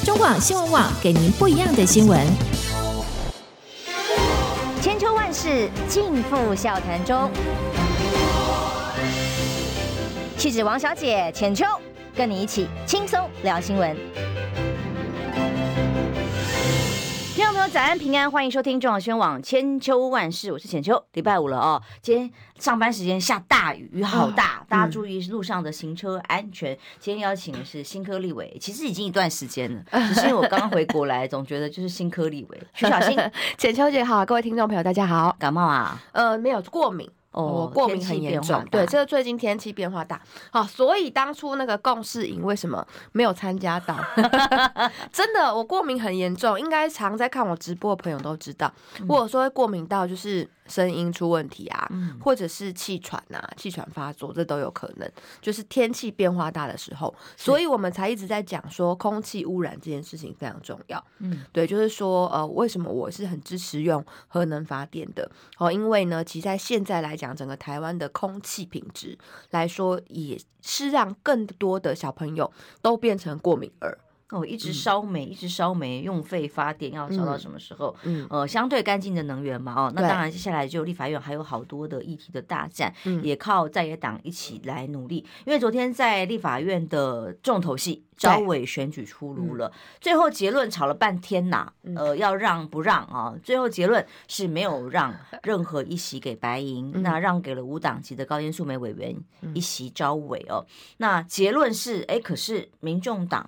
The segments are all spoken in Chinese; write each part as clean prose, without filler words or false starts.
中广新闻网给您不一样的新闻。 千秋万世尽付笑谈中。气质王小姐浅秋，跟你一起轻松聊新闻。听众朋友早安平安，欢迎收听中广新闻网千秋万世，我是浅秋。礼拜五了哦，今天上班时间下大雨，雨好大，大家注意路上的行车安全。今天邀请的是新科立委，其实已经一段时间了，只是因为我刚刚回国来，总觉得就是新科立委徐小新。 浅秋姐好，各位听众朋友大家好。 感冒啊？ 没有，过敏。我过敏很严重，对，这个最近天气变化大，好，所以当初那个共识营为什么没有参加到？真的，我过敏很严重，应该常在看我直播的朋友都知道，我有时候会过敏到就是声音出问题啊，或者是气喘啊，气喘发作，这都有可能，就是天气变化大的时候，所以我们才一直在讲说空气污染这件事情非常重要。对，就是说为什么我是很支持用核能发电的因为呢，其实在现在来讲，整个台湾的空气品质来说，也是让更多的小朋友都变成过敏儿。 一直烧煤，一直烧煤，用废发电要烧到什么时候？相对干净的能源嘛，那当然接下来就立法院还有好多的议题的大战，也靠在野党一起来努力。因为昨天在立法院的重头戏召委选举出炉了，最后结论吵了半天呐，要让不让啊？最后结论是没有让任何一席给白银，那让给了无党籍的高烟素梅委员一席召委哦。那结论是，可是民众党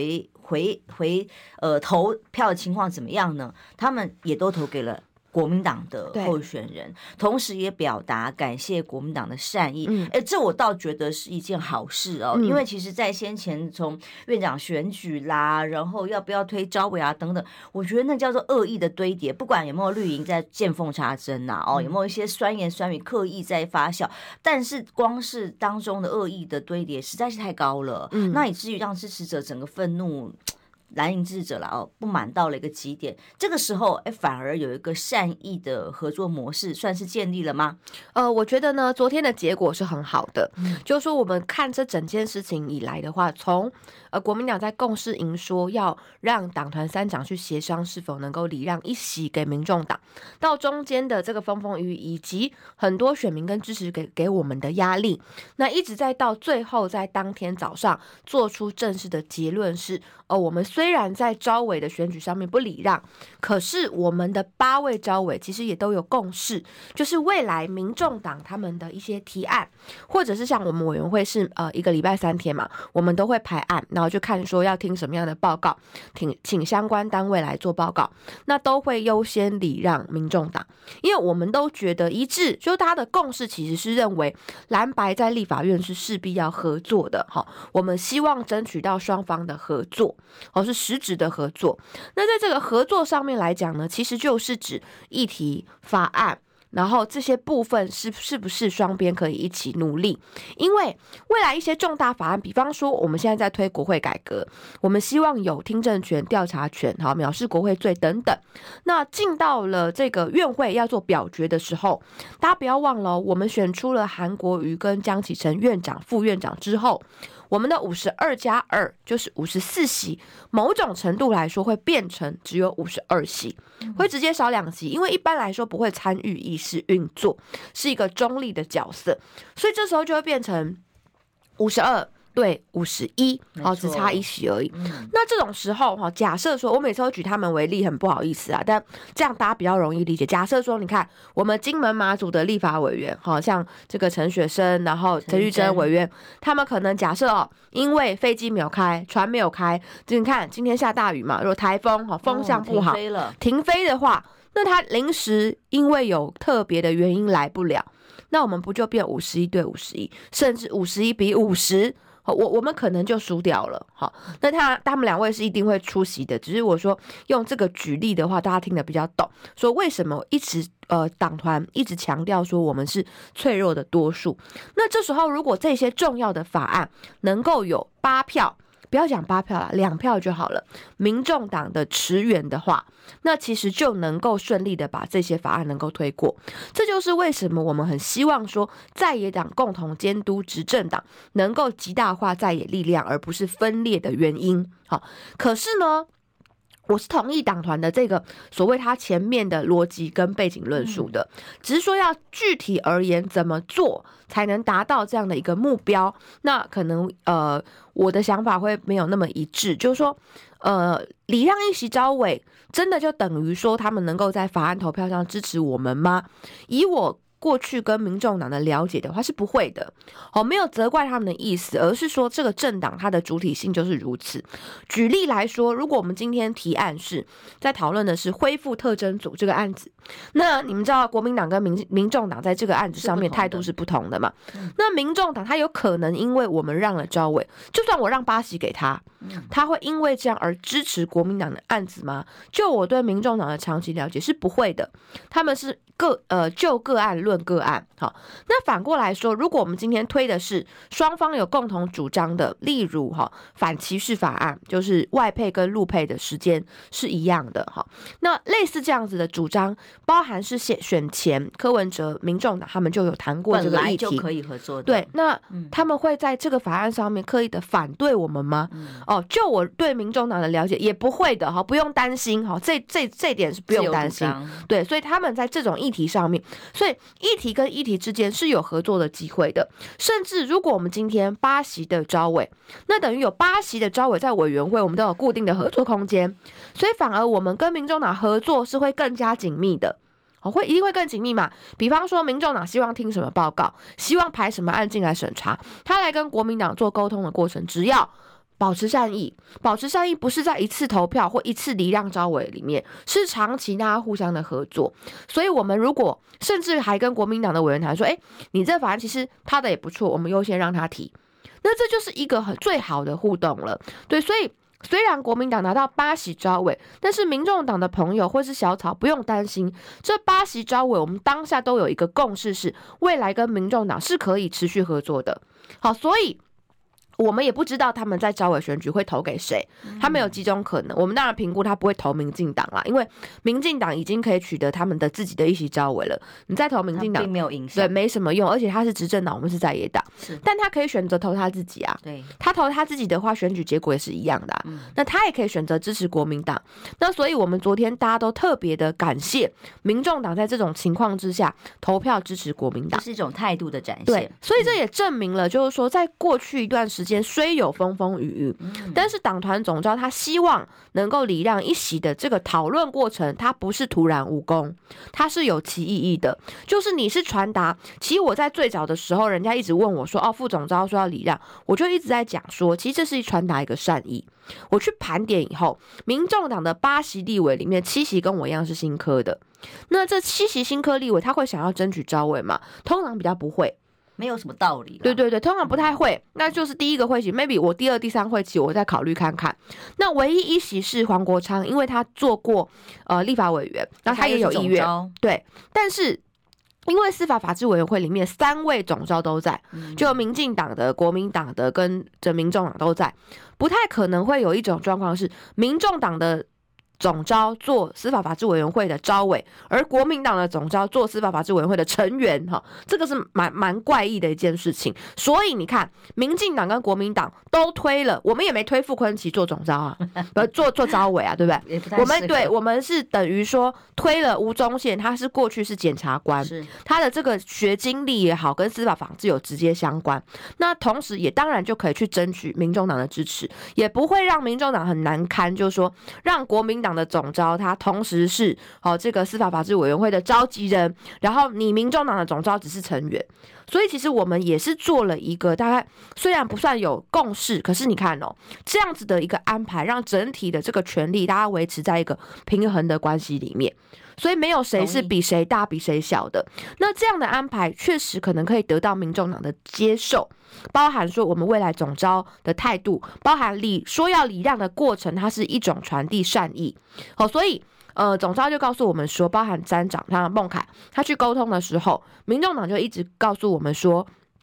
投票的情况怎么样呢？他们也都投给了国民党的候选人，同时也表达感谢国民党的善意。这我倒觉得是一件好事哦，因为其实在先前从院长选举啦，然后要不要推召委啊等等，我觉得那叫做恶意的堆叠，不管有没有绿营在见缝插针啊，有没有一些酸言酸语刻意在发酵，但是光是当中的恶意的堆叠实在是太高了，那以至于让支持者整个愤怒。蓝营支持者啦不满到了一个极点，这个时候反而有一个善意的合作模式算是建立了吗？ 我觉得呢，昨天的结果是很好的，就是说我们看这整件事情以来的话，从国民党在共识营说要让党团三长去协商是否能够礼让一席给民众党，到中间的这个风风雨雨，以及很多选民跟支持给我们的压力，那一直在到最后在当天早上做出正式的结论是，我们虽然在召委的选举上面不礼让，可是我们的8位召委其实也都有共识，就是未来民众党他们的一些提案，或者是像我们委员会是一个礼拜3天嘛，我们都会排案，然后就看说要听什么样的报告，请相关单位来做报告，那都会优先礼让民众党，因为我们都觉得一致，就大家的共识其实是认为蓝白在立法院是势必要合作的，我们希望争取到双方的合作，是实质的合作。那在这个合作上面来讲呢，其实就是指议题法案，然后这些部分是不是双边可以一起努力？因为未来一些重大法案，比方说我们现在在推国会改革，我们希望有听证权、调查权，藐视国会罪等等。那进到了这个院会要做表决的时候，大家不要忘了，我们选出了韩国瑜跟江启臣院长、副院长之后，我们的52+2就是54席，某种程度来说会变成只有52席，会直接少2席，因为一般来说不会参与议事运作，是一个中立的角色，所以这时候就会变成52对51，只差1席而已。那这种时候假设说，我每次都举他们为例，很不好意思啊，但这样大家比较容易理解。假设说，你看我们金门马祖的立法委员，像这个陈雪生，然后陈玉珍委员，他们可能假设因为飞机没有开，船没有开，你看今天下大雨嘛，如果台风风向不好，停飞的话，那他临时因为有特别的原因来不了，那我们不就变51对51，甚至51比50？我们可能就输掉了，那他们2位是一定会出席的，只是我说用这个举例的话，大家听得比较懂，说为什么一直党团一直强调说我们是脆弱的多数，那这时候如果这些重要的法案能够有8票不要讲8票啦，2票就好了，民众党的驰援的话，那其实就能够顺利的把这些法案能够推过。这就是为什么我们很希望说在野党共同监督执政党能够极大化在野力量，而不是分裂的原因。好，可是呢，我是同意党团的这个所谓他前面的逻辑跟背景论述的，只是说要具体而言怎么做才能达到这样的一个目标，那可能我的想法会没有那么一致，就是说礼让一席召委真的就等于说他们能够在法案投票上支持我们吗？以我过去跟民众党的了解的话是不会的，没有责怪他们的意思，而是说这个政党它的主体性就是如此。举例来说，如果我们今天提案是在讨论的是恢复特侦组这个案子，那你们知道国民党跟民众党在这个案子上面态度是不同的嘛？那民众党他有可能因为我们让了召委，就算我让8席给他，他会因为这样而支持国民党的案子吗？就我对民众党的长期了解是不会的，他们是就个案论个案。好，那反过来说，如果我们今天推的是双方有共同主张的，例如反歧视法案，就是外配跟陆配的时间是一样的，那类似这样子的主张，包含是选前柯文哲民众党他们就有谈过这个议题， 本来就可以合作的。 对，那他们会在这个法案上面刻意的反对我们吗？就我对民众党的了解也不会的，不用担心，这点是不用担心。对，所以他们在这种议题上面，所以议题跟议题之间是有合作的机会的。甚至如果我们今天8席的召委，那等于有8席的召委在委员会，我们都有固定的合作空间，所以反而我们跟民众党合作是会更加紧密的。一定会更紧密嘛？比方说，民众党希望听什么报告，希望排什么案进来审查，他来跟国民党做沟通的过程，只要保持善意，不是在一次投票或一次礼让召委里面，是长期大家互相的合作。所以我们如果甚至还跟国民党的委员谈说，你这法案其实他的也不错，我们优先让他提，那这就是一个最好的互动了。对，所以虽然国民党拿到8席召委，但是民众党的朋友或是小草不用担心，这8席召委我们当下都有一个共识，是未来跟民众党是可以持续合作的。好，所以我们也不知道他们在召委选举会投给谁，他们有几种可能。我们当然评估他不会投民进党啦，因为民进党已经可以取得他们的自己的1席召委了，你再投民进党并没有影响， 对，没什么用。而且他是执政党，我们是在野党，但他可以选择投他自己啊。 对， 他投他自己的话，选举结果也是一样的啊。那他也可以选择支持国民党。那所以我们昨天大家都特别的感谢民众党在这种情况之下投票支持国民党， 这是一种态度的展现。 对，所以这也证明了，就是说在过去一段时间虽有风风雨雨，但是党团总召他希望能够礼让1席的这个讨论过程，它不是徒然无功，它是有其意义的。就是你是传达，其实我在最早的时候，人家一直问我说，副总召说要礼让，我就一直在讲说，其实这是传达一个善意。我去盘点以后，民众党的8席立委里面7席跟我一样是新科的，那这7席新科立委他会想要争取召委吗？通常比较不会。 没有什么道理。 对，通常不太会。那就是第一个会期 maybe 我第2、第3会期我再考虑看看。那唯一1席是黄国昌，因为他做过立法委员，那他也有意愿。对，但是因为司法法制委员会里面3位总召都在，就民进党的、国民党的跟民众党都在，不太可能会有一种状况是民众党的总召做司法法制委员会的召委，而国民党的总召做司法法制委员会的成员，这个是蛮怪异的一件事情。所以你看，民进党跟国民党都推了，我们也没推傅崐萁做总召啊，做召委啊，对不对？我们是等于说推了吴宗宪，他是过去是检察官，他的这个学经历也好，跟司法法制有直接相关。那同时也当然就可以去争取民众党的支持，也不会让民众党很难堪，就是说让国民党的总召他同时是这个司法法制委员会的召集人，然后你民众党的总召只是成员。所以其实我们也是做了一个大概虽然不算有共识，可是你看这样子的一个安排，让整体的这个权力大家维持在一个平衡的关系里面，所以没有谁是比谁大比谁小的。那这样的安排确实可能可以得到民众党的接受，包含说我们未来总召的态度，包含说要礼让的过程，它是一种传递善意。所以总召就告诉我们说，包含詹长他孟凯他去沟通的时候，民众党就一直告诉我们说，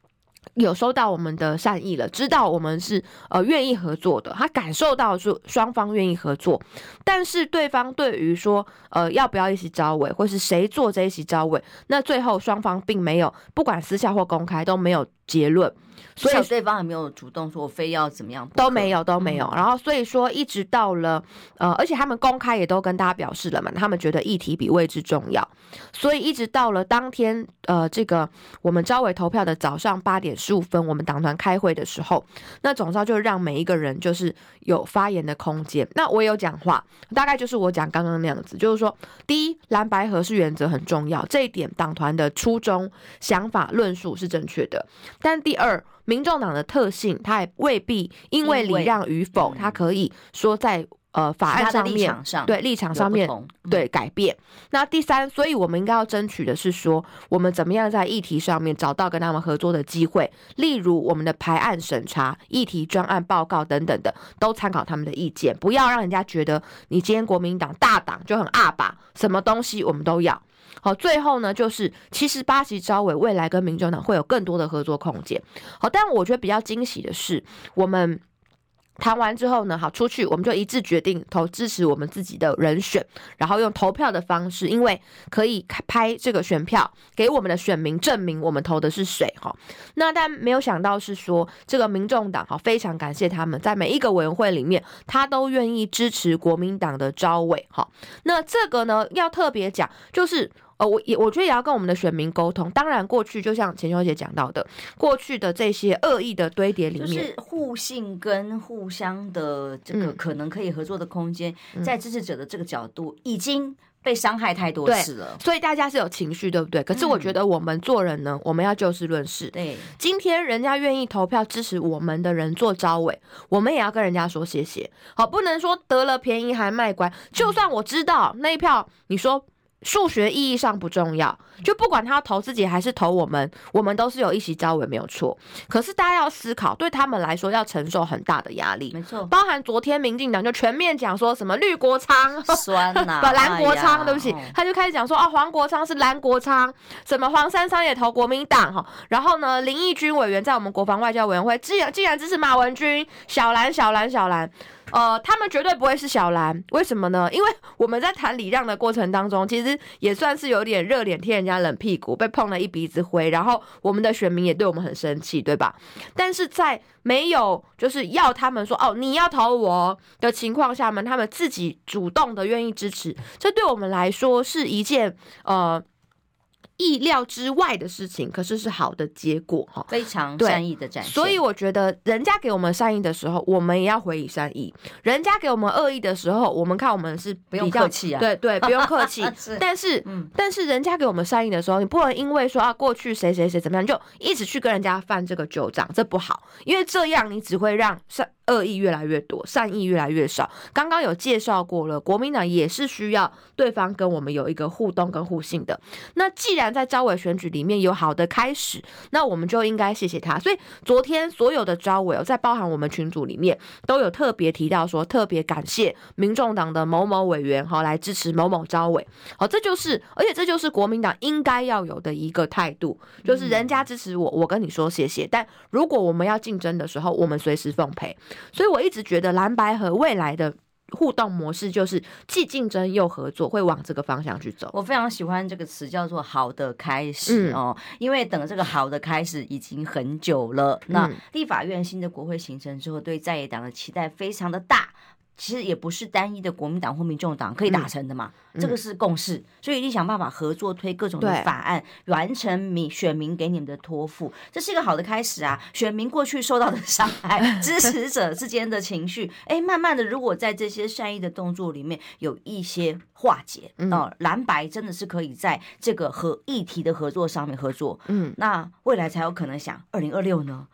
有收到我们的善意了，知道我们是愿意合作的，他感受到说双方愿意合作，但是对方对于说要不要一起招委，或是谁做这一席招委，那最后双方并没有，不管私下或公开都没有结论。 所以对方也没有主动说我非要怎么样， 都没有。然后所以说一直到了而且他们公开也都跟大家表示了嘛，他们觉得议题比位置重要，所以一直到了当天这个我们召委投票的早上8点15分，我们党团开会的时候，那总召就让每一个人就是有发言的空间。那我有讲话，大概就是我讲刚刚那样子，就是说第一，蓝白合是原则很重要，这一点党团的初衷想法论述是正确的，但第二，民众党的特性，它也未必因为礼让与否，它可以说在法案上面立场上面对改变。那第三，所以我们应该要争取的是说，我们怎么样在议题上面找到跟他们合作的机会，例如我们的排案审查、议题专案报告等等的，都参考他们的意见，不要让人家觉得你今天国民党大党就很阿爸，什么东西我们都要。好，最后呢，就是78席召委未来跟民众党会有更多的合作空间。好，但我觉得比较惊喜的是，我们谈完之后呢，好，出去我们就一致决定支持我们自己的人选，然后用投票的方式，因为可以拍这个选票给我们的选民证明我们投的是谁哈。那但没有想到是说，这个民众党非常感谢他们在每一个委员会里面，他都愿意支持国民党的召委哈。那这个呢要特别讲，就是我觉得也要跟我们的选民沟通。当然，过去就像钱小姐讲到的，过去的这些恶意的堆叠里面， 就是互信跟互相的这个可能可以合作的空间，在支持者的这个角度已经被伤害太多次了， 所以大家是有情绪，对不对？可是我觉得我们做人呢，我们要就事论事。 对， 今天人家愿意投票支持我们的人做召委，我们也要跟人家说谢谢。好，不能说得了便宜还卖乖。就算我知道那一票，你说数学意义上不重要，就不管他投自己还是投我们都是有一席召委没有错。可是大家要思考，对他们来说要承受很大的压力， 没错。 包含昨天民进党就全面讲说什么绿国昌酸呐， 蓝国昌，对不起，他就开始讲说黄国昌是蓝国昌，什么黄珊珊也投国民党然后呢林义君委员在我们国防外交委员会竟然支持马文君，小蓝。他们绝对不会是小蓝，为什么呢？因为我们在谈礼让的过程当中，其实也算是有点热脸贴人家冷屁股，被碰了一鼻子灰，然后我们的选民也对我们很生气，对吧？但是在没有就是要他们说你要投我的情况下面，他们自己主动的愿意支持，这对我们来说是一件意料之外的事情，可是是好的结果哈， 非常善意的展现。 所以我觉得人家给我们善意的时候，我们也要回以善意；人家给我们恶意的时候，我们看我们是不用客气啊， 对，不用客气。但是人家给我们善意的时候，你不能因为说过去谁怎么样，就一直去跟人家犯这个旧账，这不好，因为这样你只会让恶意越来越多，善意越来越少。刚刚有介绍过了，国民党也是需要对方跟我们有一个互动跟互信的。那既然在召委选举里面有好的开始，那我们就应该谢谢他。所以昨天所有的召委在包含我们群组里面都有特别提到说，特别感谢民众党的某某委员来支持某某召委。而且这就是国民党应该要有的一个态度，就是人家支持我跟你说谢谢，但如果我们要竞争的时候，我们随时奉陪。所以我一直觉得蓝白合未来的互动模式就是既竞争又合作，会往这个方向去走。 我非常喜欢这个词叫做好的开始因为等这个好的开始已经很久了。那立法院新的国会形成之后，对在野党的期待非常的大，其实也不是单一的国民党或民众党可以达成的嘛，这个是共识，所以一定想办法合作推各种的法案，完成选民给你们的托付，这是一个好的开始啊。选民过去受到的伤害，支持者之间的情绪，慢慢的如果在这些善意的动作里面有一些化解，蓝白真的是可以在这个议题的合作上面合作，那未来才有可能想2026呢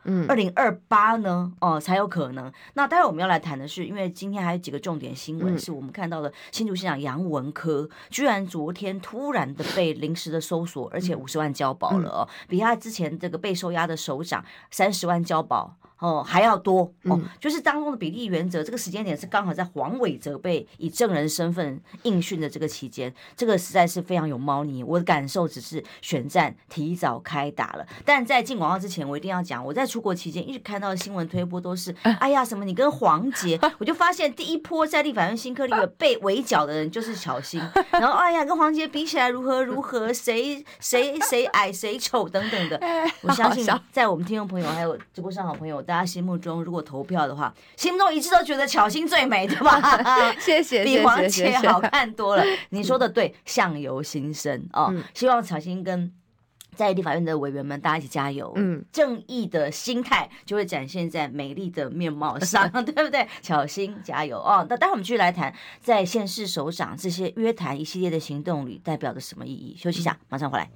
，2028呢，才有可能。那待会我们要来谈的是，因为今天还有几个重点新闻，是我们看到了新竹县长杨文科居然昨天突然的被临时的搜索，而且50万交保了比他之前这个被收押的首长30万交保还要多就是当中的比例原则，这个时间点是刚好在黄伟哲被以证人身份应讯的这个期间，这个实在是非常有猫腻。我的感受只是选战提早开打了，但在进广告之前，我一定要讲，我在出国期间一直看到的新闻推播都是，哎呀什么你跟黄捷，我就发现第一波在立法院新科立委被围剿的人就是巧芯，然后哎呀跟黄捷比起来如何，谁矮谁丑等等的，我相信在我们听众朋友还有直播上好朋友，大家心目中如果投票的话，心目中一致都觉得巧芯最美，对吧？ 谢谢， 比黄捷好看多了。你说的对，相由心生希望巧芯跟在立法院的委员们，大家一起加油。正义的心态就会展现在美丽的面貌上，对不对？巧芯加油那待会我们继续来谈，在县市首长这些约谈一系列的行动里，代表着什么意义？休息一下，马上回来。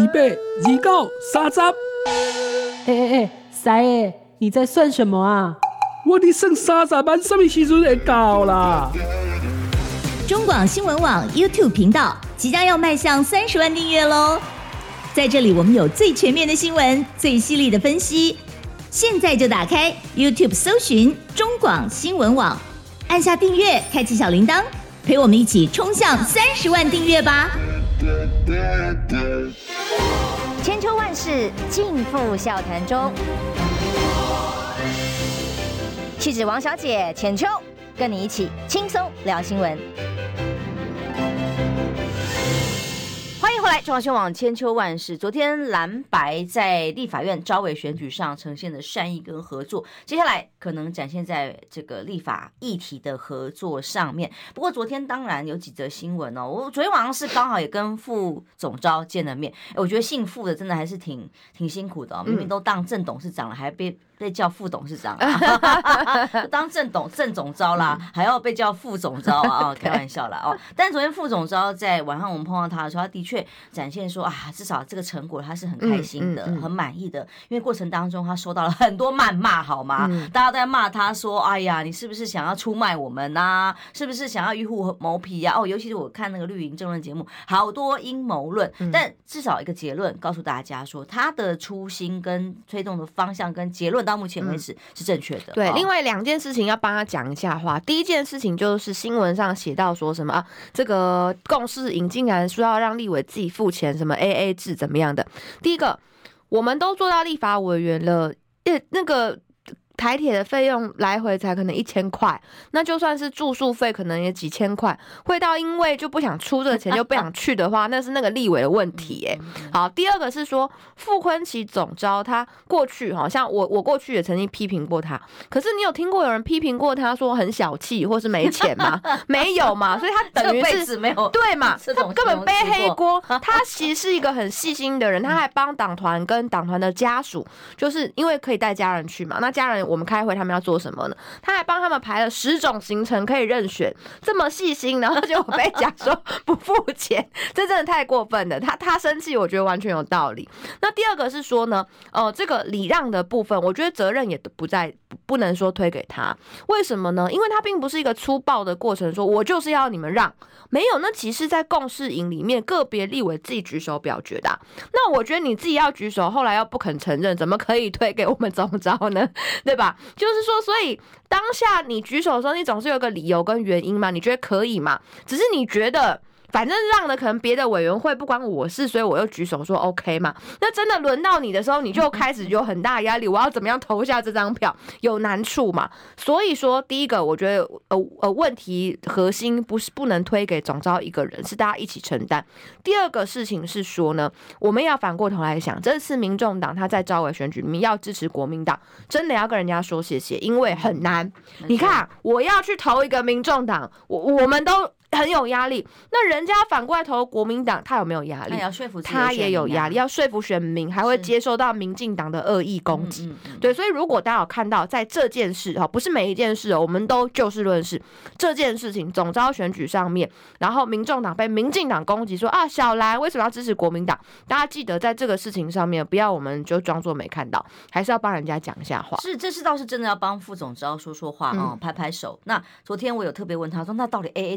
28、29、30。 塞耶，你在算什么啊？ 我的算30万，什么时阵会到啦？ 中广新闻网 YouTube 频道即将要迈向30万订阅喽！在这里，我们有最全面的新闻，最犀利的分析。现在就打开 YouTube 搜寻中广新闻网，按下订阅，开启小铃铛，陪我们一起冲向30万订阅吧！ 千秋万世尽付笑谈中。气质王小姐浅秋，跟你一起轻松聊新闻。 欢迎回来，中广新闻网千秋万世。昨天蓝白在立法院召委选举上呈现的善意跟合作，接下来可能展现在这个立法议题的合作上面。不过昨天当然有几则新闻我昨天晚上是刚好也跟副总召见了面，我觉得姓副的真的还是挺辛苦的明明都当正董事长了，还被叫副董事长当正总召啦，还要被叫副总召开玩笑啦但昨天副总召在晚上我们碰到他的时候，他的确展现说至少这个成果他是很开心的，很满意的，因为过程当中他收到了很多谩骂，好吗？大家都在骂他说，哎呀，你是不是想要出卖我们啊？是不是想要鱼虎谋皮啊？尤其是我看那个绿营政论节目，好多阴谋论，但至少一个结论告诉大家说，他的初心跟推动的方向跟结论到目前为止是正确的。 对，另外2件事情要帮他讲一下话。第一件事情就是新闻上写到说什么这个共识营竟然说要让立委自己付钱，什么 AA 制怎么样的。第一个，我们都做到立法委员了，那个台铁的费用来回才可能1000块，那就算是住宿费可能也几千块，会到因为就不想出这个钱就不想去的话，那是那个立委的问题好，第二个是说傅崐萁总召他过去像我过去也曾经批评过他，可是你有听过有人批评过他说很小气或是没钱吗？没有嘛，所以他等于是没有对嘛，他根本背黑锅。他其实是一个很细心的人，他还帮党团跟党团的家属，就是因为可以带家人去嘛，那家人我们开会他们要做什么呢？他还帮他们排了10种行程可以任选，这么细心，然后就被讲说不付钱，这真的太过分了。他生气，我觉得完全有道理。那第二个是说呢，这个礼让的部分，我觉得责任也不能说推给他。为什么呢？因为他并不是一个粗暴的过程，说我就是要你们让，没有。那其实在共识营里面，个别立委自己举手表决的那我觉得你自己要举手，后来又不肯承认，怎么可以推给我们总召呢？对吧？就是说，所以当下你举手的时候，你总是有个理由跟原因嘛，你觉得可以嘛？只是你觉得反正让的可能别的委员会不关我事，所以我又举手说 OK 嘛。那真的轮到你的时候，你就开始有很大压力，我要怎么样投下这张票，有难处嘛。所以说，第一个我觉得问题核心不能推给总召一个人，是大家一起承担。第二个事情是说呢，我们要反过头来想，这次民众党他在召委选举里面要支持国民党，真的要跟人家说谢谢，因为很难。你看，我要去投一个民众党，我们都很有压力，那人家反过来投国民党，他有没有压力？他也有压力，要说服选民，还会接受到民进党的恶意攻击。对，所以如果大家有看到，在这件事不是每一件事我们都就事论事，这件事情总召选举上面，然后民众党被民进党攻击说小蓝为什么要支持国民党？大家记得在这个事情上面，不要我们就装作没看到，还是要帮人家讲一下话。 是，这是倒是真的要帮副总召说话拍拍手。那昨天我有特别问他说，那到底 AA 制怎么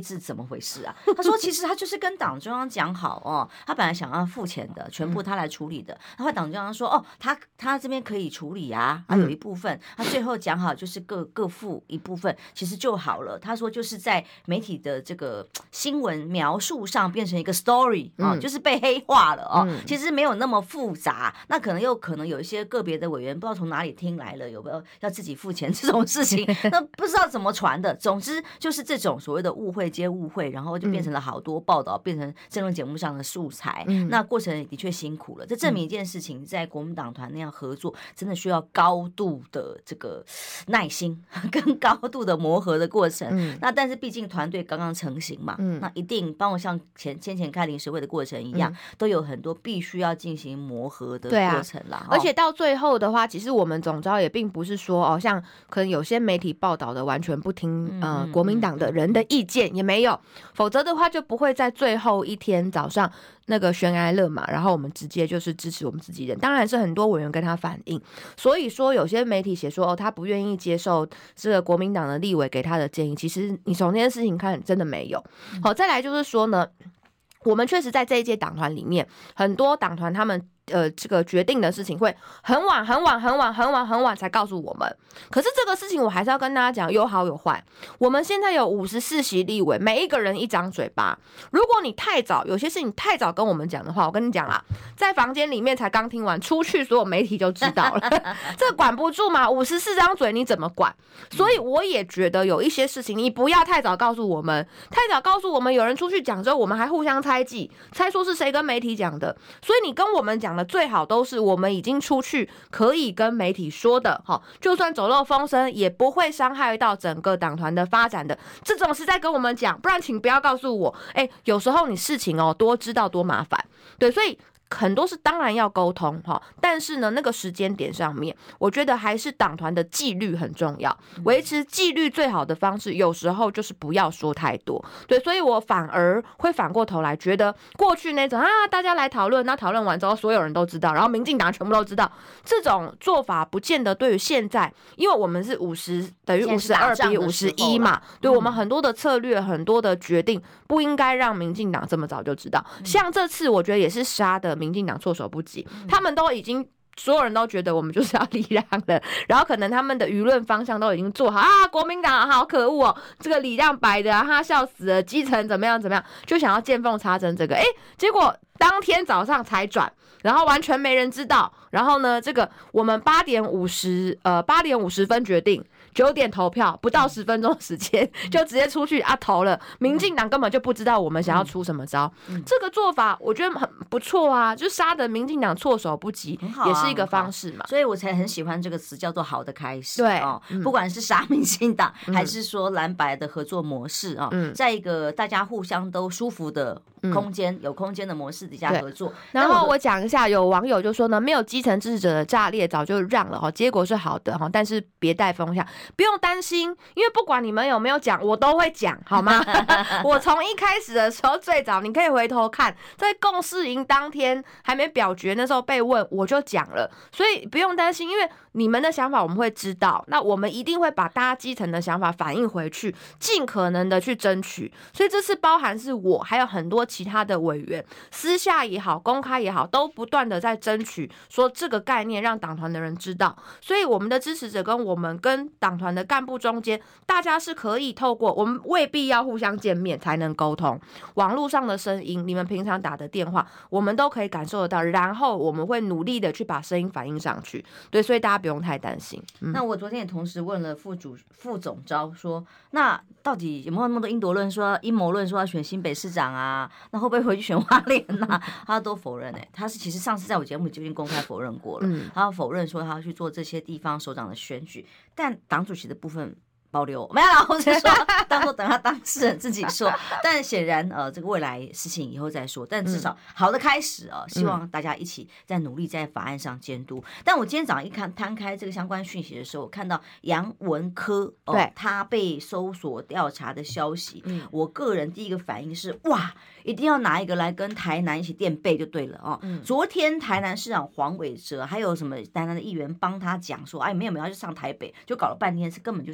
回事啊？他说其实他就是跟党中央讲好哦，他本来想要付钱的，全部他来处理的。然后党中央说哦，他这边可以处理啊，有一部分，他最后讲好就是各付一部分，其实就好了。他说就是在媒体的这个新闻描述上变成一个 story 啊，就是被黑化了哦，其实没有那么复杂。那可能有一些个别的委员不知道从哪里听来了，有没有要自己付钱这种事情，那不知道怎么传的。总之就是这种所谓的误会接误会，然后就变成了好多报道，变成政论节目上的素材。那过程的确辛苦了，这证明一件事情，在国民党团那样合作，真的需要高度的这个耐心跟高度的磨合的过程。那但是毕竟团队刚刚成型嘛，那一定包括像先前开临时会的过程一样，都有很多必须要进行磨合的过程啦。 而且到最后的话，其实我们总召也并不是说像可能有些媒体报道的完全不听国民党的人的意见，也没有，否则的话就不会在最后一天早上那个悬崖勒马，然后我们直接就是支持我们自己人。当然是很多委员跟他反映，所以说有些媒体写说他不愿意接受这个国民党的立委给他的建议，其实你从这件事情看真的没有。好，再来就是说呢，我们确实在这一届党团里面，很多党团他们这个决定的事情会很晚才告诉我们。可是这个事情我还是要跟大家讲，有好有坏。我们现在有54席立委，每一个人一张嘴巴。如果你太早，有些事情太早跟我们讲的话，我跟你讲啦，在房间里面才刚听完，出去所有媒体就知道了。这管不住嘛，54张嘴你怎么管？所以我也觉得有一些事情你不要太早告诉我们，太早告诉我们，有人出去讲之后，我们还互相猜忌，猜说是谁跟媒体讲的。所以你跟我们讲的最好都是我们已经出去可以跟媒体说的，就算走漏风声也不会伤害到整个党团的发展的，这种是在跟我们讲，不然请不要告诉我，有时候你事情多知道多麻烦，对，所以很多是当然要沟通，但是呢，那个时间点上面，我觉得还是党团的纪律很重要。维持纪律最好的方式，有时候就是不要说太多。对，所以我反而会反过头来觉得，过去那种大家来讨论，那讨论完之后所有人都知道，然后民进党全部都知道，这种做法不见得对于现在，因为我们是50等于52比51嘛，对，我们很多的策略、很多的决定不应该让民进党这么早就知道。像这次，我觉得也是杀的民进党措手不及，他们都已经所有人都觉得我们就是要礼让了，然后可能他们的舆论方向都已经做好国民党好可恶哦，这个礼让白的他笑死了，基层怎么样，就想要见缝插针这个，结果当天早上才转，然后完全没人知道，然后呢，这个我们8点50分决定。9点投票，不到10分钟时间就直接出去投了。民进党根本就不知道我们想要出什么招，这个做法我觉得很不错啊，就杀得民进党措手不及，也是一个方式嘛。 所以我才很喜欢这个词叫做好的开始。 对， 不管是杀民进党，还是说蓝白的合作模式在一个大家互相都舒服的空间、有空间的模式底下合作。 然后我讲一下，有网友就说呢，没有基层支持者的炸裂早就让了结果是好的但是别带风向。不用担心，因为不管你们有没有讲，我都会讲，好吗？我从一开始的时候最早，你可以回头看，在共识营当天还没表决那时候被问，我就讲了，所以不用担心，因为你们的想法我们会知道，那我们一定会把大家基层的想法反映回去，尽可能的去争取。所以这次包含是我还有很多其他的委员，私下也好，公开也好，都不断的在争取说这个概念让党团的人知道。所以我们的支持者跟我们跟党团的干部中间，大家是可以透过，我们未必要互相见面才能沟通，网络上的声音，你们平常打的电话，我们都可以感受得到，然后我们会努力的去把声音反映上去。对，所以大家不用太担心。 那我昨天也同时问了副总召说，那到底有没有那么多阴谋论说要选新北市长啊？那会不会回去选花莲啊？他都否认他是其实上次在我节目里就已经公开否认过了，他要否认说他要去做这些地方首长的选举，但党主席的部分保留没有啦，我是说到时候等他当事人自己说。但显然这个未来事情以后再说，但至少好的开始希望大家一起在努力在法案上监督。但我今天早上一看摊开这个相关讯息的时候，我看到杨文科他被搜索调查的消息，我个人第一个反应是哇，一定要拿一个来跟台南一起垫背就对了昨天台南市长黄伟哲还有什么台南的议员帮他讲说，没有，他就上台北，就搞了半天是根本就是台南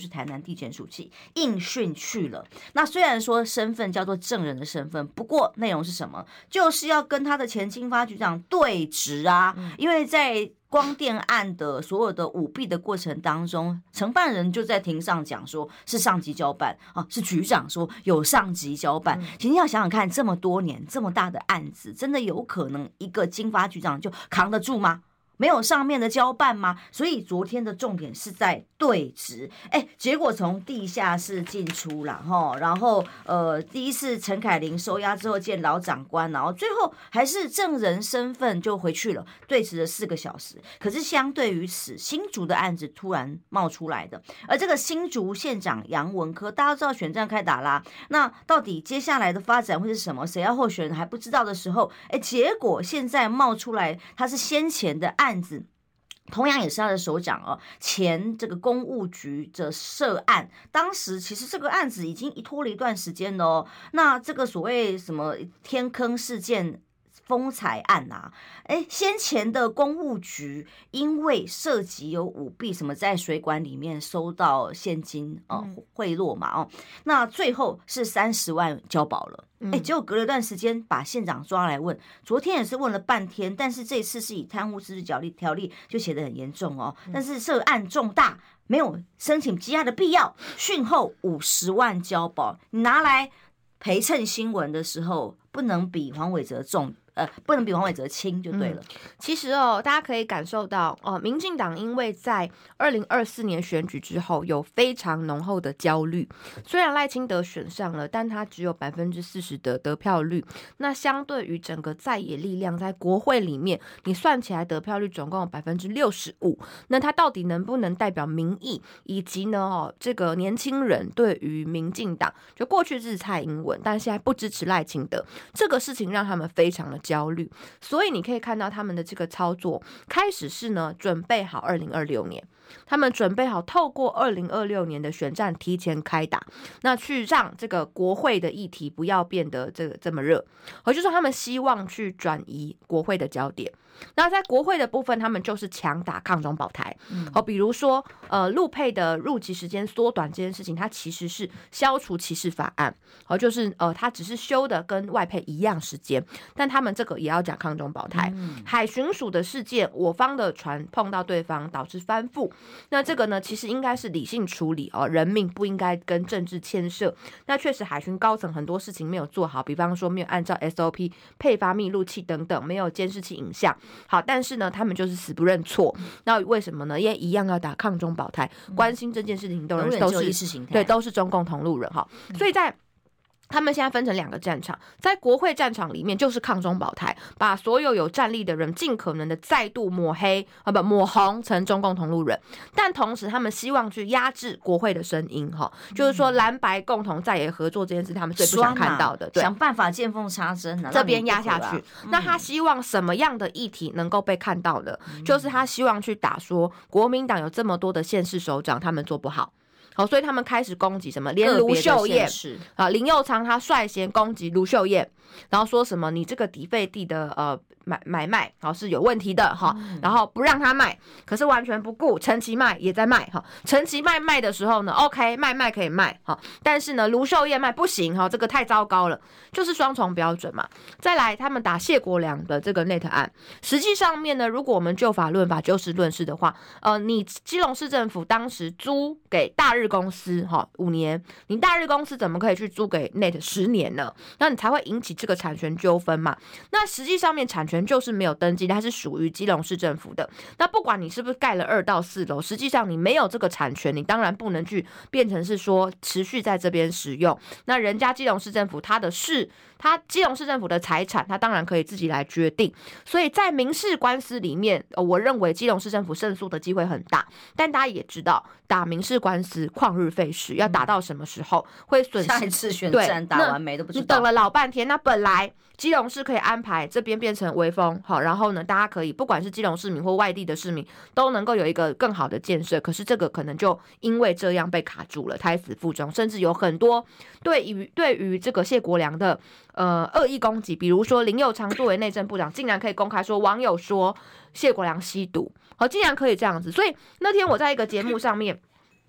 地检署应讯去了。那虽然说身份叫做证人的身份，不过内容是什么？就是要跟他的前经发局长对质啊，因为在光电案的所有的舞弊的过程当中，承办人就在庭上讲说是上级交办啊，是局长说有上级交办。其实要想想看，这么多年这么大的案子，真的有可能一个经发局长就扛得住吗？没有上面的交办吗？所以昨天的重点是在对质，结果从地下室进出啦，然后第一次陈凯琳收押之后见老长官，然后最后还是证人身份就回去了，对质了4个小时。可是相对于此，新竹的案子突然冒出来的，而这个新竹县长杨文科，大家都知道选战开打啦，那到底接下来的发展会是什么？谁要候选人还不知道的时候，结果现在冒出来，他是先前的案子，同样也是他的首长哦，前这个公务局的涉案，当时其实这个案子已经拖了一段时间了哦。那这个所谓什么天坑事件、风采案啊，先前的公务局因为涉及有舞弊，什么在水管里面收到现金贿赂嘛那最后是30万交保了。结果隔了一段时间把县长抓来问，昨天也是问了半天，但是这次是以贪污治罪条例就写得很严重哦，但是涉案重大，没有申请羁押的必要，讯后50万交保，你拿来陪衬新闻的时候，不能比黄伟哲重。不能比黄伟哲轻就对了。 其实大家可以感受到民进党因为在2024年选举之后有非常浓厚的焦虑，虽然赖清德选上了，但他只有40%的得票率，那相对于整个在野力量在国会里面，你算起来得票率总共有65%，那他到底能不能代表民意，以及呢这个年轻人对于民进党，就过去支持蔡英文，但现在不支持赖清德，这个事情让他们非常的焦虑，所以你可以看到他们的这个操作开始是呢准备好2026年，他们准备好透过2026年的选战提前开打，那去让这个国会的议题不要变得这么热，就是说他们希望去转移国会的焦点。那在国会的部分，他们就是强打抗中保台，比如说陆配的入籍时间缩短这件事情，它其实是消除歧视法案，就是它只是修的跟外配一样时间，但他们这个也要讲抗中保台。海巡署的事件，我方的船碰到对方导致翻覆，那这个呢其实应该是理性处理人命不应该跟政治牵涉。那确实海巡高层很多事情没有做好，比方说没有按照 SOP 配发密录器等等，没有监视器影像。好，但是呢他们就是死不认错。那为什么呢？因为一样要打抗中保台，关心这件事情都是中共同路人所以在他们现在分成2个战场，在国会战场里面就是抗中保台，把所有有战力的人尽可能的再度抹红成中共同路人，但同时他们希望去压制国会的声音就是说蓝白共同在野合作这件事他们最不想看到的，对， 想办法见缝插针这边压下去。那他希望什么样的议题能够被看到的，就是他希望去打说国民党有这么多的县市首长他们做不好，所以他们开始攻击什么，连卢秀燕林右昌他率先攻击卢秀燕，然后说什么你这个底费地的买卖是有问题的然后不让他卖，可是完全不顾陈其迈也在卖陈其迈卖的时候呢 OK 卖可以卖但是呢卢秀燕卖不行这个太糟糕了，就是双重标准嘛。再来他们打谢国良的这个 NET 案，实际上面呢如果我们就法论法就事论事的话你基隆市政府当时租给大日公司5年，你大日公司怎么可以去租给 NET 10年呢？那你才会引起这个产权纠纷嘛。那实际上面产权就是没有登记，它是属于基隆市政府的。那不管你是不是盖了2到4楼，实际上你没有这个产权，你当然不能去变成是说持续在这边使用。那人家基隆市政府他基隆市政府的财产，他当然可以自己来决定。所以在民事官司里面，我认为基隆市政府胜诉的机会很大。但大家也知道，打民事官司旷日费时，要打到什么时候会损失？ 下一次选战打完没都不知道。 你等了老半天，那本来基隆市可以安排这边变成微风然后呢大家可以不管是基隆市民或外地的市民都能够有一个更好的建设，可是这个可能就因为这样被卡住了，胎死腹中，甚至有很多对于这个谢国良的恶意攻击，比如说林右昌作为内政部长竟然可以公开说网友说谢国良吸毒竟然可以这样子。所以那天我在一个节目上面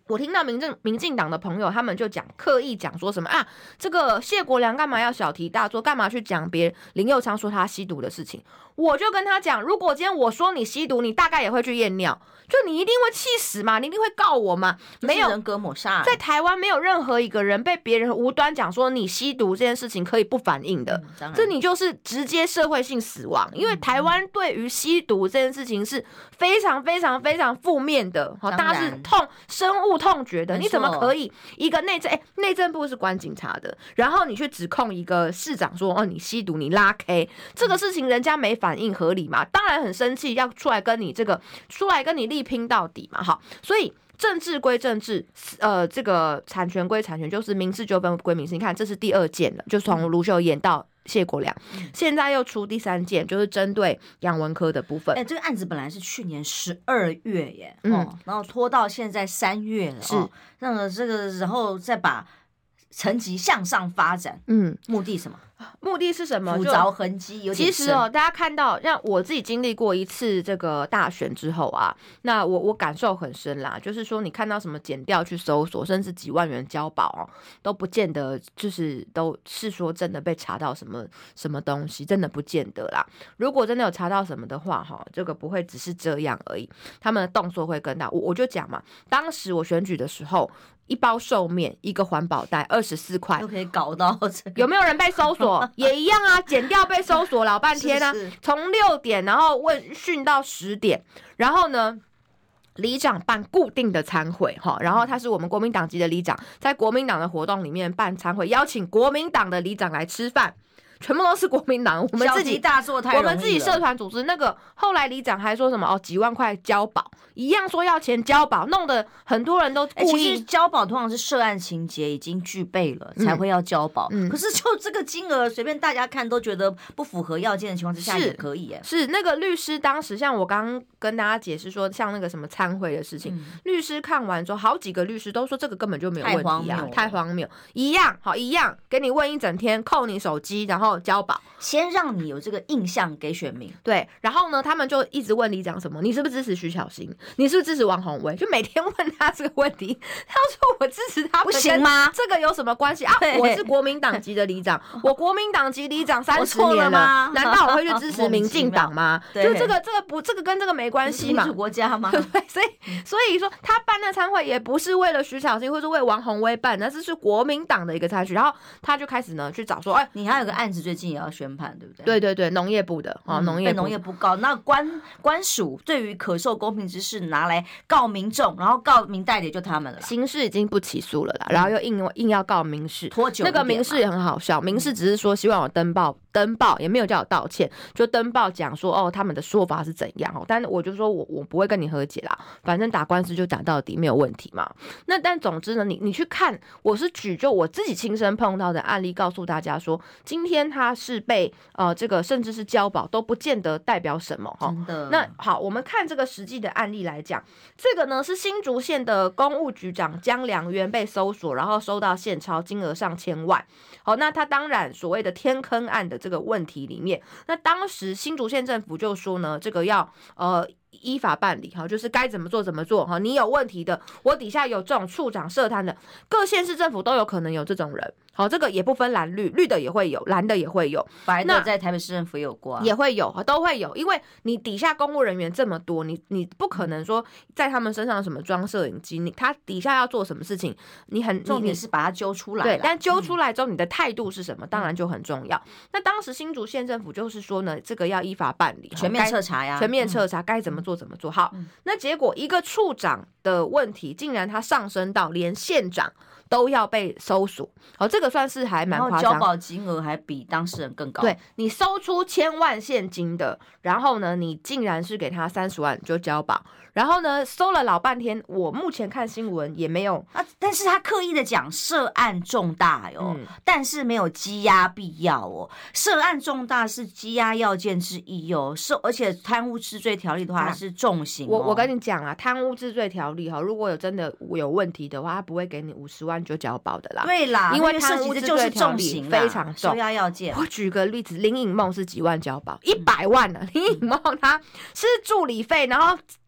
我听到民进党的朋友，他们就刻意讲说什么啊，这个谢国良干嘛要小题大做，干嘛去讲别人林右昌说他吸毒的事情？我就跟他讲，如果今天我说你吸毒，你大概也会去验尿，就你一定会气死嘛，你一定会告我嘛。没有人格抹杀， 在台湾没有任何一个人被别人无端讲说你吸毒这件事情可以不反应的，这你就是直接社会性死亡。因为台湾对于吸毒这件事情是非常非常非常负面的，大家是深恶痛绝的。你怎么可以一个内政部是管警察的，然后你去指控一个市长说你吸毒你拉 K 这个事情，人家没反应合理嘛？当然很生气，要出来跟你力拼到底嘛。好，所以政治归政治，这个产权归产权，就是民事纠纷归民事。你看，这是第2件了，就从卢秀燕到谢国良，现在又出第3件，就是针对杨文科的部分。 这个案子本来是去年12月耶，然后拖到现在3月了，是那这个然后再把层级向上发展，目的什么？ 目的是什么？ 捕捉痕迹有点深。 其实大家看到，像我自己经历过一次这个大选之后啊，那我感受很深啦。就是说，你看到什么检调去搜索，甚至几万元交保都不见得就是都是说真的被查到什么东西，真的不见得啦。如果真的有查到什么的话，这个不会只是这样而已，他们的动作会更大。我就讲嘛，当时我选举的时候。1包寿面，1个环保袋，24块， 都可以搞到这个。 有没有人被搜索？也一样啊，检调被搜索老半天啊，从6点然后讯到10点，然后呢？里长办固定的餐会，然后他是我们国民党籍的里长，在国民党的活动里面办餐会，邀请国民党的里长来吃饭。全部都是国民党，我们自己大做太容易了， 我们自己社团组织那个，后来里长还说什么几万块交保，一样说要钱交保，弄得很多人都故意。 其实交保通常是涉案情节已经具备了才会要交保，可是就这个金额随便大家看都觉得不符合要件的情况之下也可以耶。 是那个律师当时像我刚刚跟大家解释说，像那个什么参会的事情，律师看完之后，好几个律师都说这个根本就没有问题啊，太荒谬，一样给你问一整天，扣你手机，然后交保。 先让你有这个印象给选民， 对，然后呢，他们就一直问里长什么，你是不是支持徐巧芯？你是不是支持王宏威？就每天问他这个问题，他说我支持他， 不行吗？ 这个有什么关系啊？我是国民党籍的里长，我国民党籍里长30年了，难道我会去支持民进党吗？就这个跟这个没关系嘛？ 民主国家吗？ 对，所以说他办那餐会也不是为了徐巧芯，或是为王宏威办，那是国民党的一个餐序，然后他就开始呢去找说， 你还有个案子最近也要宣判，对不对？ 对，农业部的农业部告，那官署对于可受公平之事拿来告民众，然后告民代理就他们了， 刑事已经不起诉了啦，然后又硬要告民事， 拖久那个民事也很好笑，民事只是说希望我登报也没有叫我道歉，就登报讲说他们的说法是怎样但我就说我不会跟你和解啦，反正打官司就打到底没有问题嘛。那但总之呢，你去看，我是举就我自己亲身碰到的案例，告诉大家说，今天他是被这个甚至是交保都不见得代表什么真的。 那好，我们看这个实际的案例来讲，这个呢是新竹县的公务局长江良渊被搜索，然后收到现钞，金额上千万。好，那他当然所谓的天坑案的这个问题里面，那当时新竹县政府就说呢，这个要依法办理，就是该怎么做怎么做，你有问题的，我底下有这种处长涉贪的，各县市政府都有可能有这种人。好，这个也不分蓝绿，绿的也会有，蓝的也会有， 白的在台北市政府有过也会有，都会有，因为你底下公务人员这么多，你不可能说在他们身上什么装摄影机，他底下要做什么事情， 重点是把他揪出来， 对，但揪出来之后你的态度是什么，当然就很重要。那当时新竹县政府就是说呢，这个要依法办理， 全面彻查呀， 全面彻查，该怎么做怎么做。好，那结果一个处长的问题，竟然他上升到连县长都要被搜索，这个算是还蛮夸张， 交保金额还比当事人更高。 对，你搜出1000万现金的，然后呢，你竟然是给他30万就交保，然后呢，搜了老半天，我目前看新闻也没有但是他刻意的讲涉案重大但是没有羁押必要涉案重大是羁押要件之一而且贪污治罪条例的话是重刑我跟你讲啊，贪污治罪条例如果真的有问题的话，他不会给你50万就交保的啦。 对啦， 因为贪污治罪条例非常重， 收押要件。 我举个例子，林颖梦是几万交保，100万呢。林颖梦他是助理费，然后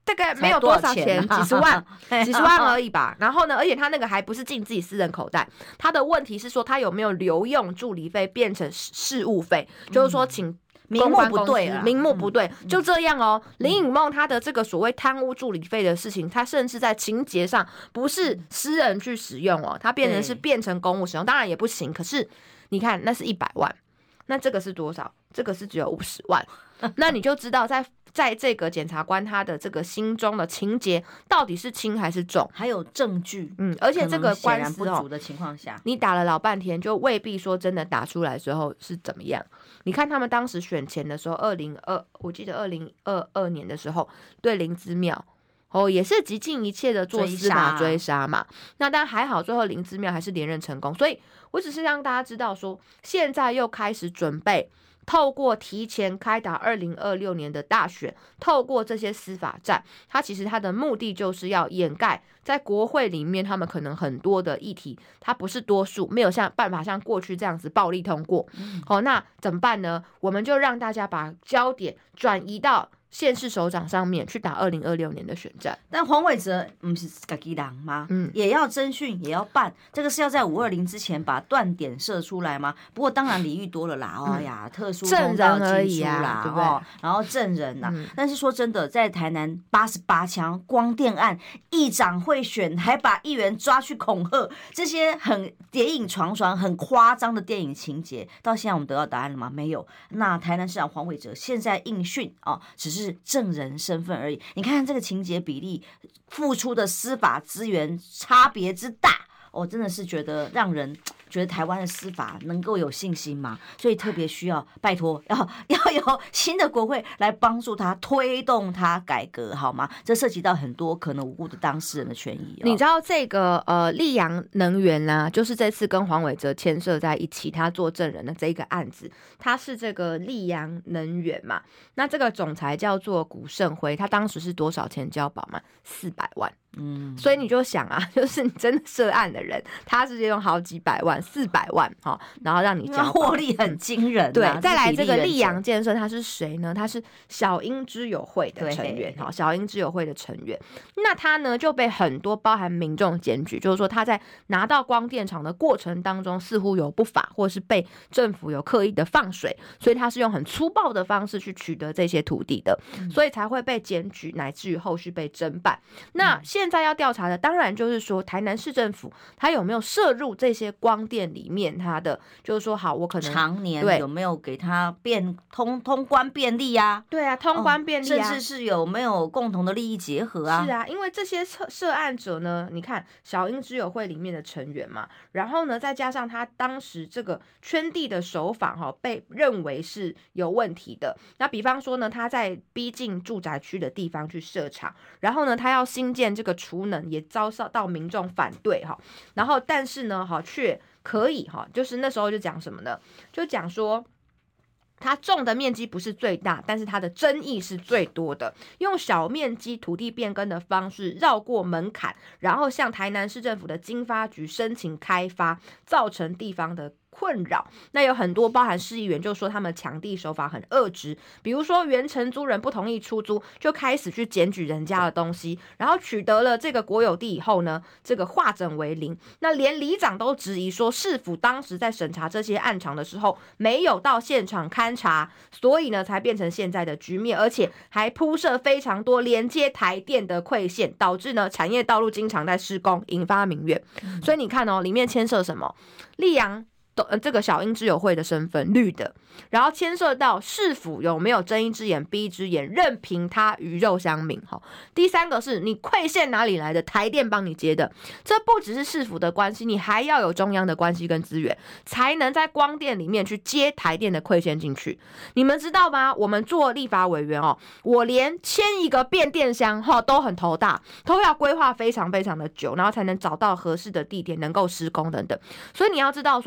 大概没有多少钱，几十万而已吧。然后呢，而且他那个还不是进自己私人口袋，他的问题是说他有没有留用助理费变成事务费，就是说请名目不对啊， 名目不对，就这样哦。林颖梦她的这个所谓贪污助理费的事情，她甚至在情节上不是私人去使用哦，它变成公务使用，当然也不行。可是你看，那是100万，那这个是多少？这个是只有50万，那你就知道在这个检察官他的这个心中的情节到底是轻还是重， 还有证据， 而且这个官司不足的情况下， 你打了老半天，就未必说真的打出来之后是怎么样。你看他们当时选前的时候，我记得2022年的时候，对林姿妙也是极尽一切的做司法追杀嘛。那但还好，最后林姿妙还是连任成功。所以我只是让大家知道说，现在又开始准备。透过提前开打2026年的大选，透过这些司法战，它其实它的目的就是要掩盖在国会里面他们可能很多的议题，它不是多数，没有办法像过去这样子暴力通过。那怎么办呢？我们就让大家把焦点转移到县市首长上面去打2026年的选战。 但黄伟哲不是自己人吗？也要侦讯，也要办，这个是要在520之前把断点射出来吗？不过当然礼遇多了啦，哎呀，特殊证人而已啊，对不对？ 然后证人呐，但是说真的，在台南88枪光电案，议长贿选，还把议员抓去恐吓，这些很谍影幢幢、很夸张的电影情节，到现在我们得到答案了吗？没有。那台南市长黄伟哲现在应讯只是证人身份而已。你看看这个情节比例，付出的司法资源差别之大，真的是觉得让人觉得台湾的司法能够有信心吗？所以特别需要拜托要有新的国会来帮助他推动他改革，好吗？这涉及到很多可能无辜的当事人的权益。 你知道这个溧阳能源啊，就是这次跟黄伟哲牵涉在一起，他做证人的这个案子，他是这个溧阳能源嘛，那这个总裁叫做古胜辉，他当时是多少钱交保嘛？400万。所以你就想啊，就是你真的涉案的人，他是用好几百万，400万然后让你交获利很惊人。 对，再来这个溧阳建设，他是谁呢？他是小英之友会的成员，小英之友会的成员。那他呢就被很多包含民众检举，就是说他在拿到光电厂的过程当中，似乎有不法，或是被政府有刻意的放水，所以他是用很粗暴的方式去取得这些土地的，所以才会被检举，乃至于后续被侦办。那现在要调查的当然就是说台南市政府他有没有涉入这些光电里面，他的就是说好，我可能常年有没有给他通关便利啊？ 对啊，通关便利啊， 甚至是有没有共同的利益结合啊？ 是啊，因为这些涉案者呢，你看小英之友会里面的成员嘛，然后呢再加上他当时这个圈地的手法被认为是有问题的。那比方说呢，他在逼近住宅区的地方去设厂，然后呢他要新建这个储能，也遭受到民众反对然后但是呢却可以就是那时候就讲什么呢？就讲说它种的面积不是最大，但是它的争议是最多的，用小面积土地变更的方式绕过门槛，然后向台南市政府的经发局申请开发，造成地方的困扰。那有很多包含市议员就说他们抢地手法很恶质，比如说原承租人不同意出租，就开始去检举人家的东西，然后取得了这个国有地以后呢，这个化整为零。那连里长都质疑说，市府当时在审查这些案场的时候没有到现场勘查，所以呢才变成现在的局面，而且还铺设非常多连接台电的馈线，导致呢产业道路经常在施工，引发民怨。所以你看里面牵涉什么？溧阳这个小英之友会的身份绿的，然后牵涉到市府有没有睁一只眼闭一只眼，任凭他鱼肉乡民。第三个是你馈线哪里来的？台电帮你接的。这不只是市府的关系，你还要有中央的关系跟资源，才能在光电里面去接台电的馈线进去。你们知道吗？我们做立法委员我连签一个变电箱都很头大，都要规划非常非常的久，然后才能找到合适的地点能够施工等等。所以你要知道说，你能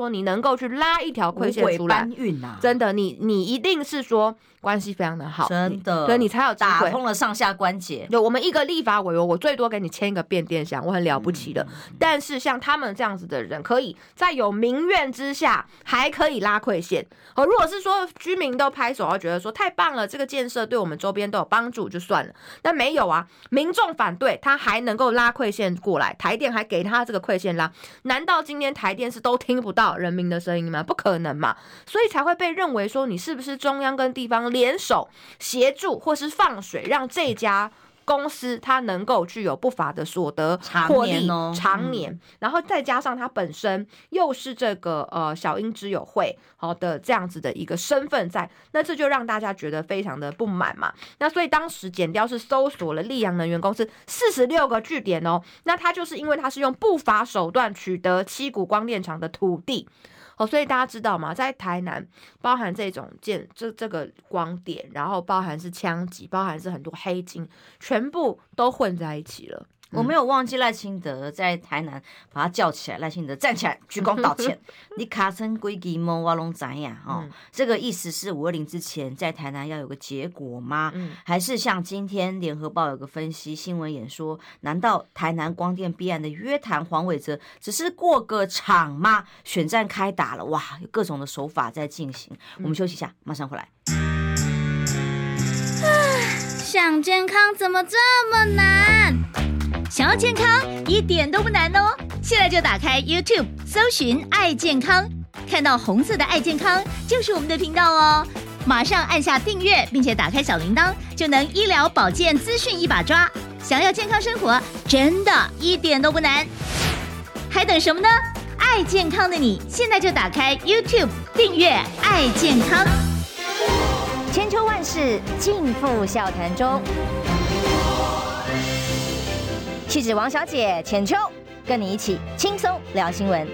够去拉一条亏线出来， 搬运啊， 真的，你一定是说关系非常的好， 真的， 对你才有机会打通了上下关节。 对，我们一个立法委员，我最多给你签一个变电箱，我很了不起的。但是像他们这样子的人，可以在有民怨之下，还可以拉亏线。如果是说居民都拍手，觉得说太棒了，这个建设对我们周边都有帮助，就算了。但没有啊，民众反对，他还能够拉亏线过来，台电还给他这个亏线拉，难道今天台电是都听不到人民的声音吗？不可能嘛，所以才会被认为说你是不是中央跟地方联手协助或是放水，让这家公司它能够具有不法的所得获利长年，然后再加上它本身又是这个小英之友会好的这样子的一个身份在，那这就让大家觉得非常的不满嘛。那所以当时检调是搜索了溧阳能源公司46个据点哦，那它就是因为它是用不法手段取得七股光电厂的土地。所以大家知道吗？在台南，包含这种这个光点，然后包含是枪击，包含是很多黑金，全部都混在一起了。 我没有忘记赖清德在台南把他叫起来，赖清德站起来鞠躬道歉。你卡成规矩吗？我拢知呀哦。这个意思是520之前在台南要有个结果吗？还是像今天联合报有个分析新闻演说，难道台南光电弊案的约谈黄伟哲只是过个场吗？选战开打了，哇，有各种的手法在进行。我们休息一下，马上回来。 想健康怎么这么难？想要健康一点都不难哦！现在就打开 YouTube 搜寻爱健康，看到红色的爱健康就是我们的频道哦。马上按下订阅，并且打开小铃铛，就能医疗保健资讯一把抓。想要健康生活，真的一点都不难，还等什么呢？爱健康的你，现在就打开 YouTube 订阅爱健康。 千秋万世尽付笑谈中。气质王小姐浅秋，跟你一起轻松聊新闻。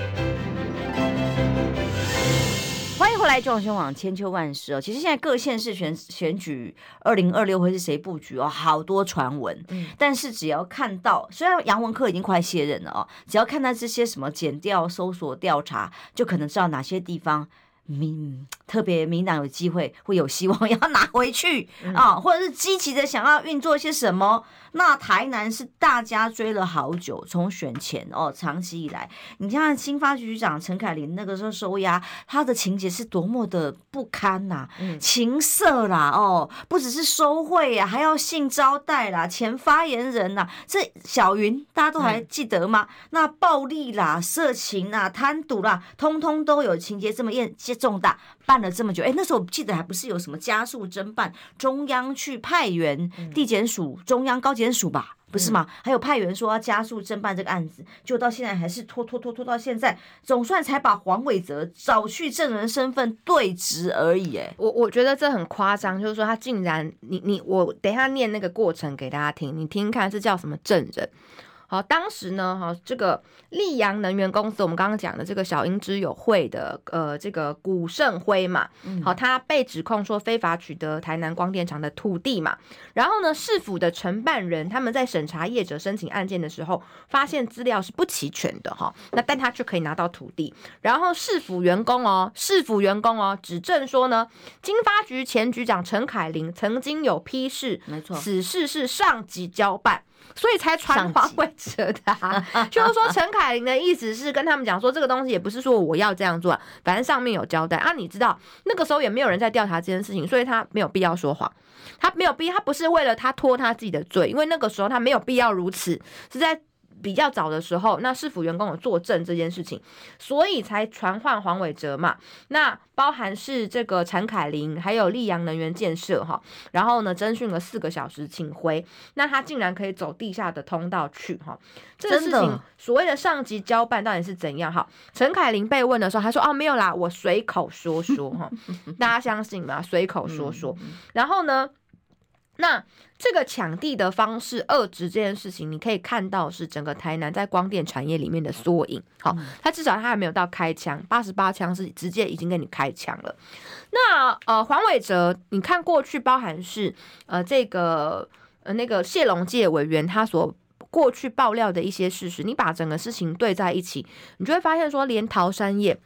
欢迎回来，中央网千秋万世哦。其实现在各县市选举2026会是谁布局哦，好多传闻。但是只要看到，虽然杨文科已经快卸任了哦，只要看到这些什么检调、搜索、调查，就可能知道哪些地方。特别民党有机会会有希望要拿回去啊，或者是积极的想要运作些什么。那台南是大家追了好久，从选前哦，长期以来，你看新发局长陈凯琳那个时候收押，他的情节是多么的不堪呐、情色啦哦，不只是收贿啊，还要性招待啦，前发言人啦，这小云大家都还记得吗？那暴力啦、色情啦、贪赌啦，通通都有情节这么重大，办了这么久，那时候我记得还不是有什么加速侦办，中央去派员地检署、中央高检署吧，不是吗？还有派员说要加速侦办这个案子，就到现在还是拖到现在，总算才把黄伟哲找去证人身份对质而已。 我觉得这很夸张，就是说他竟然我等一下念那个过程给大家听，你听看是叫什么证人。好，当时呢，这个溧阳能源公司，我们刚刚讲的这个小英之友会的这个古盛辉嘛，好，他被指控说非法取得台南光电厂的土地嘛，然后呢，市府的承办人他们在审查业者申请案件的时候，发现资料是不齐全的哈，那但他却可以拿到土地，然后市府员工哦指证说呢，经发局前局长陈凯琳曾经有批示， 没错， 此事是上级交办。所以才传黄伟哲的、就是说陈凯琳的意思是跟他们讲说，这个东西也不是说我要这样做，反正上面有交代啊。你知道那个时候也没有人在调查这件事情，所以他没有必要说谎，他不是为了他拖他自己的罪，因为那个时候他没有必要如此，是在比较早的时候，那市府员工有作证这件事情，所以才传唤黄伟哲嘛。那包含是这个陈凯琳，还有溧阳能源建设哈，然后呢侦讯了4个小时请回，那他竟然可以走地下的通道去哈。这个事情所谓的上级交办到底是怎样哈？陈凯琳被问的时候，他说没有啦，我随口说哈，大家相信吗？随口说，然后呢？那这个抢地的方式遏制这件事情，你可以看到是整个台南在光电产业里面的缩影。好，他至少他还没有到开枪，88枪是直接已经给你开枪了。那黄伟哲，你看过去包含是这个那个谢龙介委员他所过去爆料的一些事实，你把整个事情对在一起，你就会发现说，连桃山叶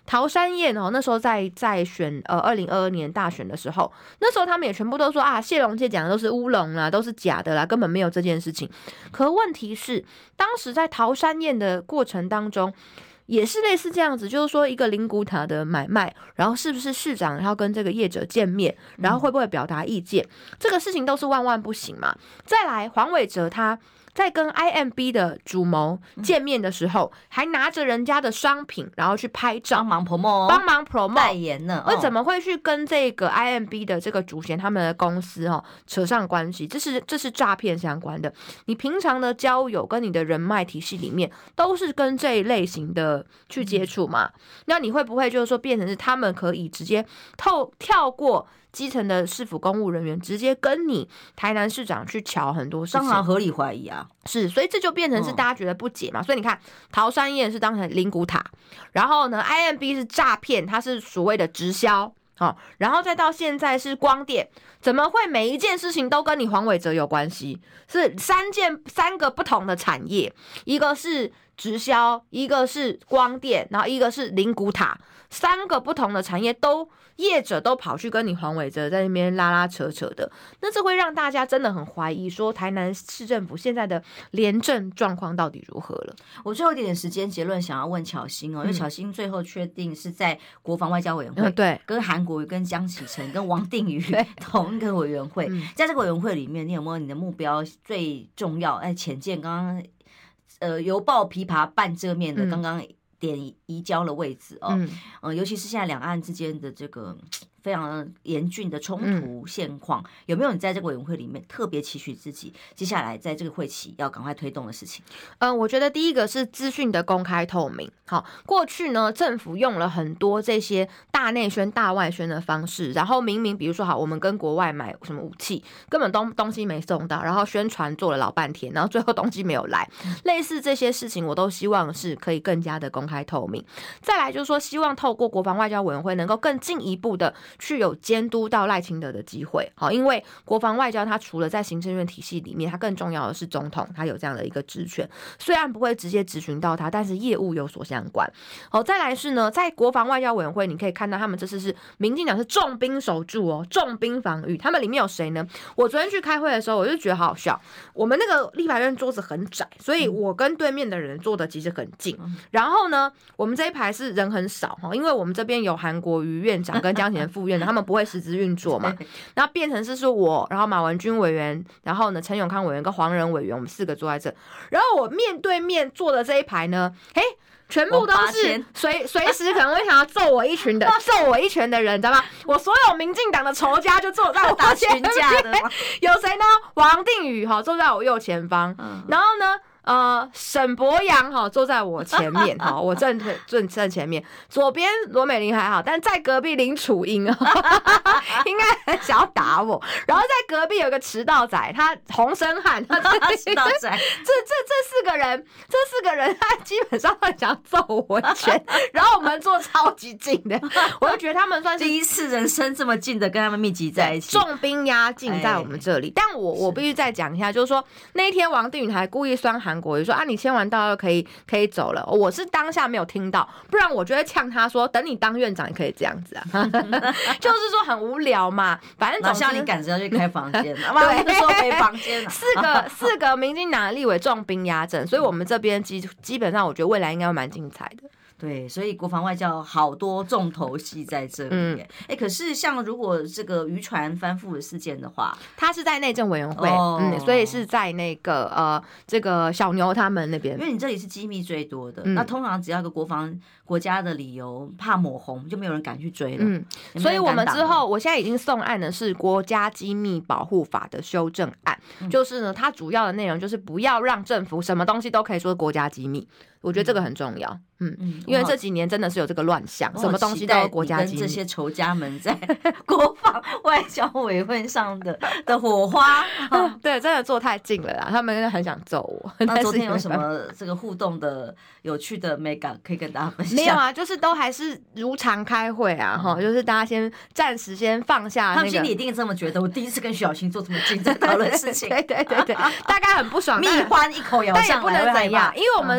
桃山燕那时候在选2022年大选的时候，那时候他们也全部都说啊，谢龙介讲的都是乌龙啦，都是假的啦，根本没有这件事情。可问题是，当时在桃山燕的过程当中，也是类似这样子，就是说一个灵骨塔的买卖，然后是不是市长要跟这个业者见面，然后会不会表达意见，这个事情都是万万不行嘛。再来，黄伟哲他在跟 IMB 的主谋见面的时候，还拿着人家的商品，然后去拍照， 帮忙 promote 代言呢。 为怎么会去跟这个 IMB 的这个主嫌他们的公司扯上关系？这是诈骗相关的。你平常的交友跟你的人脉体系里面，都是跟这一类型的去接触嘛？那你会不会就是说变成是他们可以直接跳过基层的市府公务人员，直接跟你台南市长去瞧很多事情？ 当然合理怀疑啊。 是，所以这就变成是大家觉得不解嘛。所以你看，桃山燕是当成灵骨塔，然后呢 ，IMB 是诈骗，它是所谓的直销。然后再到现在是光电，怎么会每一件事情都跟你黄伟哲有关系？是三个不同的产业，一个是直销，一个是光电，然后一个是灵骨塔，三个不同的产业业者都跑去跟你黄伟哲在那边拉拉扯扯的，那这会让大家真的很怀疑，说台南市政府现在的廉政状况到底如何了？ 我最后一点时间结论想要问巧芯因为巧芯最后确定是在国防外交委员会， 对， 跟韩国瑜、跟江启臣、跟王定宇同一个委员会，在这个委员会里面，你有没有你的目标最重要？浅见刚刚邮报琵琶半遮面的刚刚点移交了位置尤其是现在两岸之间的这个非常严峻的冲突现况，有没有你在这个委员会里面特别期许自己接下来在这个会期要赶快推动的事情？ 我觉得第一个是资讯的公开透明。好，过去呢，政府用了很多这些大内宣、大外宣的方式，然后明明比如说好，我们跟国外买什么武器，根本东西没送到，然后宣传做了老半天，然后最后东西没有来，类似这些事情，我都希望是可以更加的公开透明。再来就是说，希望透过国防外交委员会能够更进一步的去有监督到赖清德的机会。好，因为国防外交它除了在行政院体系里面，它更重要的是总统他有这样的一个职权，虽然不会直接质询到他，但是业务有所相关。好，再来是呢，在国防外交委员会，你可以看到他们这次是民进党是重兵守住重兵防御。他们里面有谁呢？我昨天去开会的时候，我就觉得好好笑。我们那个立法院桌子很窄，所以我跟对面的人坐的其实很近。然后呢，我们这一排是人很少，因为我们这边有韩国瑜院长跟江启臣副院长，他们不会实质运作嘛，然后变成是我，然后马文君委员，然后呢陈永康委员跟黄仁委员，我们4个坐在这，然后我面对面坐的这一排呢，全部都是随时可能会想要揍我一拳的人，你知道吗？我所有民进党的仇家就坐在我打群架的有谁呢？王定宇坐在我右前方，然后呢？沈伯洋坐在我前面我正前面，左边罗美玲还好，但在隔壁林楚英应该很想要打我。然后在隔壁有个迟到仔，他洪生汉，迟到仔，这4个人，他基本上会想揍我一拳。然后我们坐超级近的，我就觉得他们算是第一次人生这么近的跟他们密集在一起， 重兵压境在我们这里。但我必须再讲一下，就是说那一天王定宇还故意酸韩国瑜说你签完到就可以走了。我是当下没有听到，不然我就会呛他说，等你当院长也可以这样子就是说很无聊嘛。反正总是你赶着要去开房间对，就说回房间四个民进党的立委重兵压阵，所以我们这边基本上我觉得未来应该会蛮精彩的。 对，所以国防外交好多重头戏在这里。可是像如果这个渔船翻覆的事件的话， 他是在内政委员会，所以是在那个这个小牛他们那边。 因为你这里是机密最多的，那通常只要一个国家的理由怕抹红，就没有人敢去追了。 所以我们之后，我现在已经送案的是国家机密保护法的修正案，就是呢，它主要的内容就是不要让政府什么东西都可以说国家机密。我觉得这个很重要，因为这几年真的是有这个乱象，什么东西都有国家机密。 跟这些仇家们在国防外交委员会上的火花， 对，真的坐太近了啦，他们真的很想揍我。 那昨天有什么这个互动的有趣的 mega 可以跟大家分享？ 没有啊，就是都还是如常开会啊，就是大家暂时先放下他们心里一定这么觉得。我第一次跟徐小青坐这么近在讨论事情， 对，大概很不爽， 蜜獾一口咬上来， 但也不能怎样，因为我们这一个委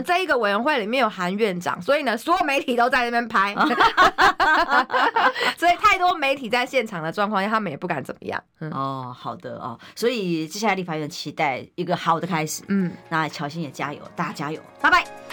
员会里面有韩院长，所以呢，所有媒体都在那边拍，所以太多媒体在现场的状况下，他们也不敢怎么样。 哦，好的哦，所以接下来立法院期待一个好的开始。那乔欣也加油，大家加油，拜拜。